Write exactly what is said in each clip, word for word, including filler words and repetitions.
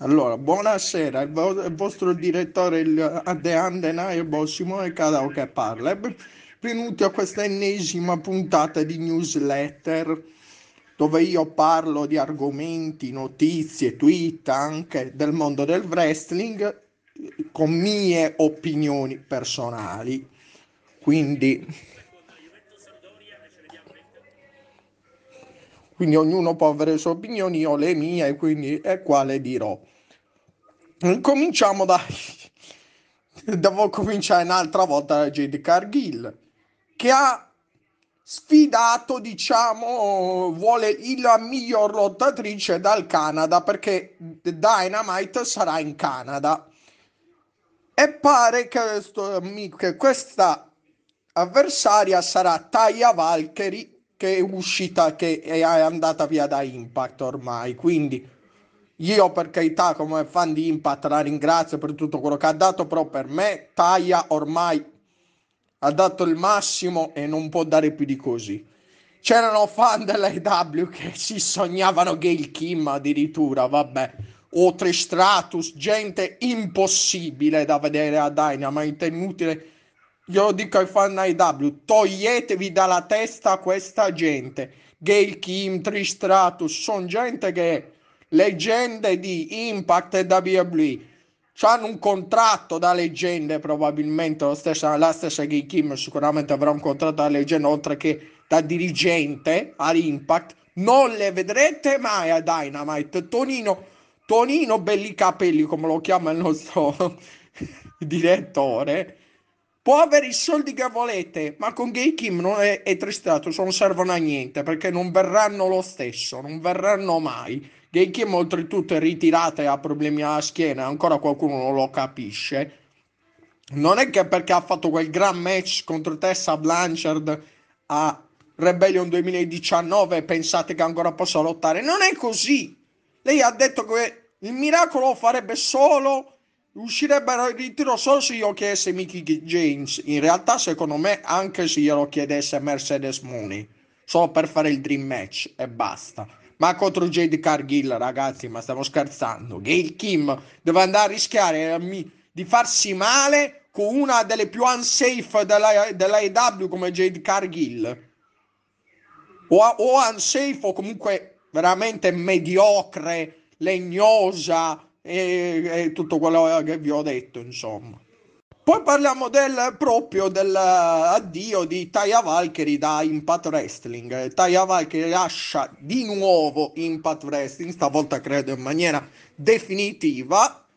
Allora, buonasera, il, vo- il vostro direttore, il The Undeniable Simone Cadao che parla. E benvenuti a questa ennesima puntata di newsletter dove io parlo di argomenti, notizie, tweet anche del mondo del wrestling eh, con mie opinioni personali. Quindi, quindi ognuno può avere le sue opinioni, io le mie, e quindi è quale dirò. Cominciamo da... Devo cominciare un'altra volta da Jade Cargill, che ha sfidato, diciamo, vuole il- la miglior lottatrice dal Canada, perché Dynamite sarà in Canada. E pare che, sto- che questa avversaria sarà Taya Valkyrie, che è uscita, che è andata via da Impact ormai. Quindi io, per carità, come fan di Impact, la ringrazio per tutto quello che ha dato, però per me Taya ormai ha dato il massimo e non può dare più di così. C'erano fan dell'A E W che si sognavano Gail Kim addirittura, vabbè, o Tristratus, gente impossibile da vedere a Dynamite, inutile. Io lo dico ai fan A E W, toglietevi dalla testa questa gente. Gail Kim, Tristratus, sono gente che leggende di Impact e W W E. C'hanno un contratto da leggende, probabilmente lo stessa, la stessa Gay Kim sicuramente avrà un contratto da leggenda oltre che da dirigente all'Impact. Non le vedrete mai a Dynamite. Tonino, Tonino belli capelli, come lo chiama il nostro direttore, può avere i soldi che volete, ma con Gay Kim non è, è tristato, non servono a niente perché non verranno lo stesso, non verranno mai. Gay Kim oltretutto è ritirata e ha problemi alla schiena, ancora qualcuno non lo capisce. Non è che perché ha fatto quel gran match contro Tessa Blanchard a Rebellion duemiladiciannove pensate che ancora possa lottare. Non è così. Lei ha detto che il miracolo lo farebbe solo, uscirebbe in ritiro solo se io chiedesse Mickey James. In realtà, secondo me, anche se glielo chiedesse Mercedes Mooney, solo per fare il dream match e basta. Ma contro Jade Cargill, ragazzi, ma stiamo scherzando. Gail Kim deve andare a rischiare eh, di farsi male con una delle più unsafe della, della A E W come Jade Cargill. O, o unsafe o comunque veramente mediocre, legnosa e, e tutto quello che vi ho detto, insomma. Poi parliamo del proprio dell'addio di Taya Valkyrie da Impact Wrestling. Taya Valkyrie lascia di nuovo Impact Wrestling, stavolta credo in maniera definitiva,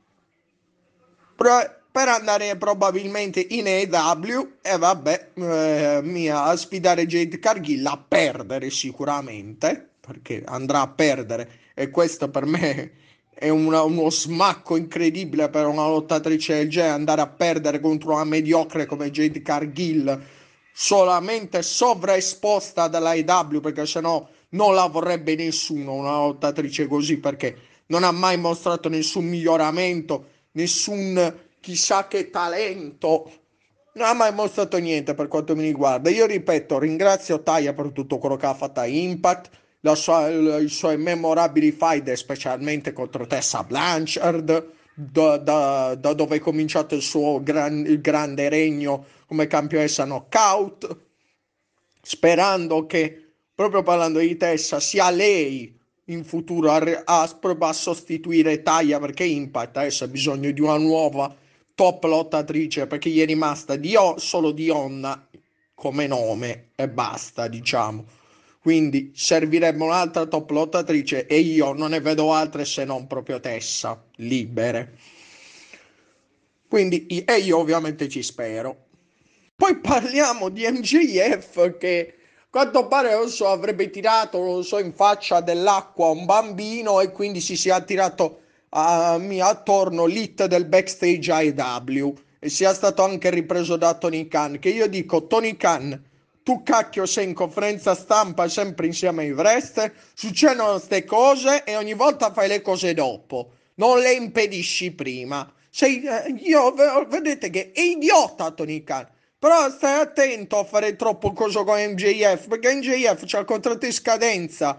per andare probabilmente in A E W e vabbè, eh, mia, a sfidare Jade Cargill, a perdere sicuramente, perché andrà a perdere e questo per me è una, uno smacco incredibile per una lottatrice del genere, andare a perdere contro una mediocre come Jade Cargill, solamente sovraesposta dalla A E W, perché sennò non la vorrebbe nessuno una lottatrice così, perché non ha mai mostrato nessun miglioramento, nessun chissà che talento, non ha mai mostrato niente per quanto mi riguarda. Io ripeto, ringrazio Taya per tutto quello che ha fatto a Impact, la sua, i suoi memorabili fight, specialmente contro Tessa Blanchard, da, da, da dove è cominciato il suo gran, il grande regno come campionessa knockout, sperando che, proprio parlando di Tessa, sia lei in futuro a, a, a sostituire Taya, perché Impact adesso ha bisogno di una nuova top lottatrice, perché gli è rimasta Dio, solo Dionna come nome e basta, diciamo. Quindi servirebbe un'altra top lottatrice e io non ne vedo altre se non proprio Tessa, libere. Quindi, e io ovviamente ci spero. Poi parliamo di M J F che a quanto pare, non so, avrebbe tirato, non so, in faccia dell'acqua a un bambino e quindi si sia tirato a, attorno l'hit del backstage A E W e sia stato anche ripreso da Tony Khan, che io dico, Tony Khan, tu cacchio sei in conferenza stampa sempre insieme ai wrestler, succedono queste cose e ogni volta fai le cose dopo, non le impedisci prima. Sei, eh, io, vedete che è idiota Tony Khan. Però stai attento a fare troppo coso con M J F, perché M J F c'ha il contratto in scadenza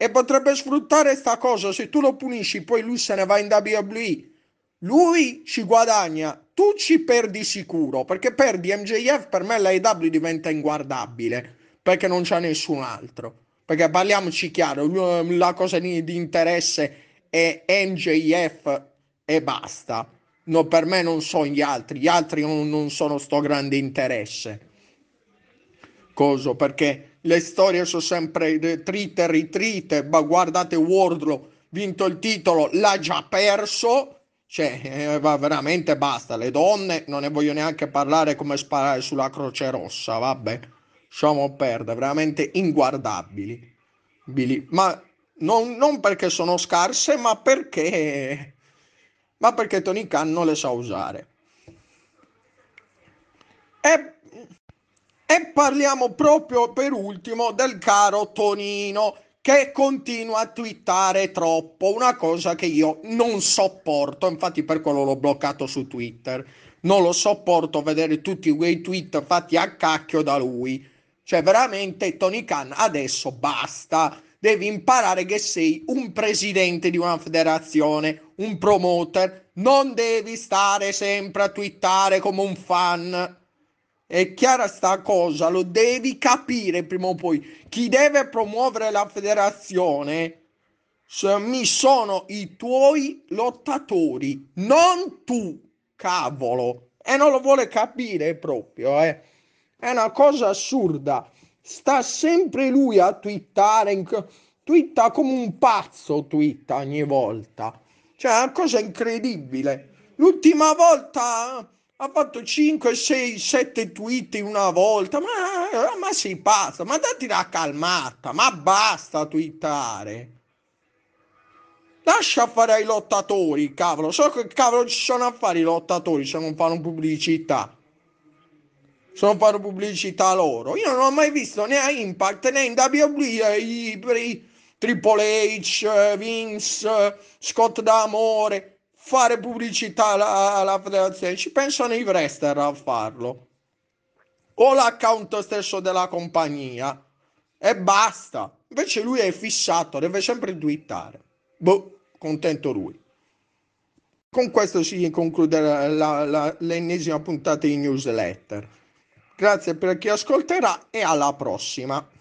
e potrebbe sfruttare sta cosa. Se tu lo punisci, poi lui se ne va in W W E. Lui ci guadagna, tu ci perdi sicuro, perché perdi M J F, per me l'A E W diventa inguardabile, perché non c'è nessun altro. Perché parliamoci chiaro, la cosa di, di interesse è M J F e basta. No, per me non sono gli altri, gli altri non, non sono sto grande interesse. Coso, perché le storie sono sempre trite e ritrite, ma guardate Wardlow, vinto il titolo, l'ha già perso, cioè eh, va veramente basta, le donne non ne voglio neanche parlare, come sparare sulla Croce Rossa, vabbè, lasciamo perdere, veramente inguardabili, ma non, non perché sono scarse, ma perché, ma perché Tony Khan non le sa usare. E E parliamo proprio per ultimo del caro Tonino che continua a twittare troppo, una cosa che io non sopporto, infatti per quello l'ho bloccato su Twitter. Non lo sopporto vedere tutti quei tweet fatti a cacchio da lui. Cioè veramente Tony Khan adesso basta, devi imparare che sei un presidente di una federazione, un promoter, non devi stare sempre a twittare come un fan. È chiara sta cosa, lo devi capire prima o poi. Chi deve promuovere la federazione mi sono i tuoi lottatori, non tu, cavolo. E non lo vuole capire proprio, eh. È una cosa assurda. Sta sempre lui a twittare, twitta come un pazzo, twitta ogni volta. Cioè, è una cosa incredibile. L'ultima volta ha fatto cinque, sei, sette tweet in una volta. Ma, ma sei pazzo, ma datti la calmata, ma basta twittare. Lascia fare ai lottatori, cavolo. So che cavolo ci sono a fare i lottatori se non fanno pubblicità. Se non fanno pubblicità loro. Io non ho mai visto né a Impact né in W W E i, i Triple H, Vince, Scott D'Amore fare pubblicità alla, alla federazione. Ci pensano i wrestler a farlo. O l'account stesso della compagnia. E basta. Invece lui è fissato, deve sempre twittare. Boh, contento lui. Con questo si conclude la, la, la, l'ennesima puntata di newsletter. Grazie per chi ascolterà e alla prossima.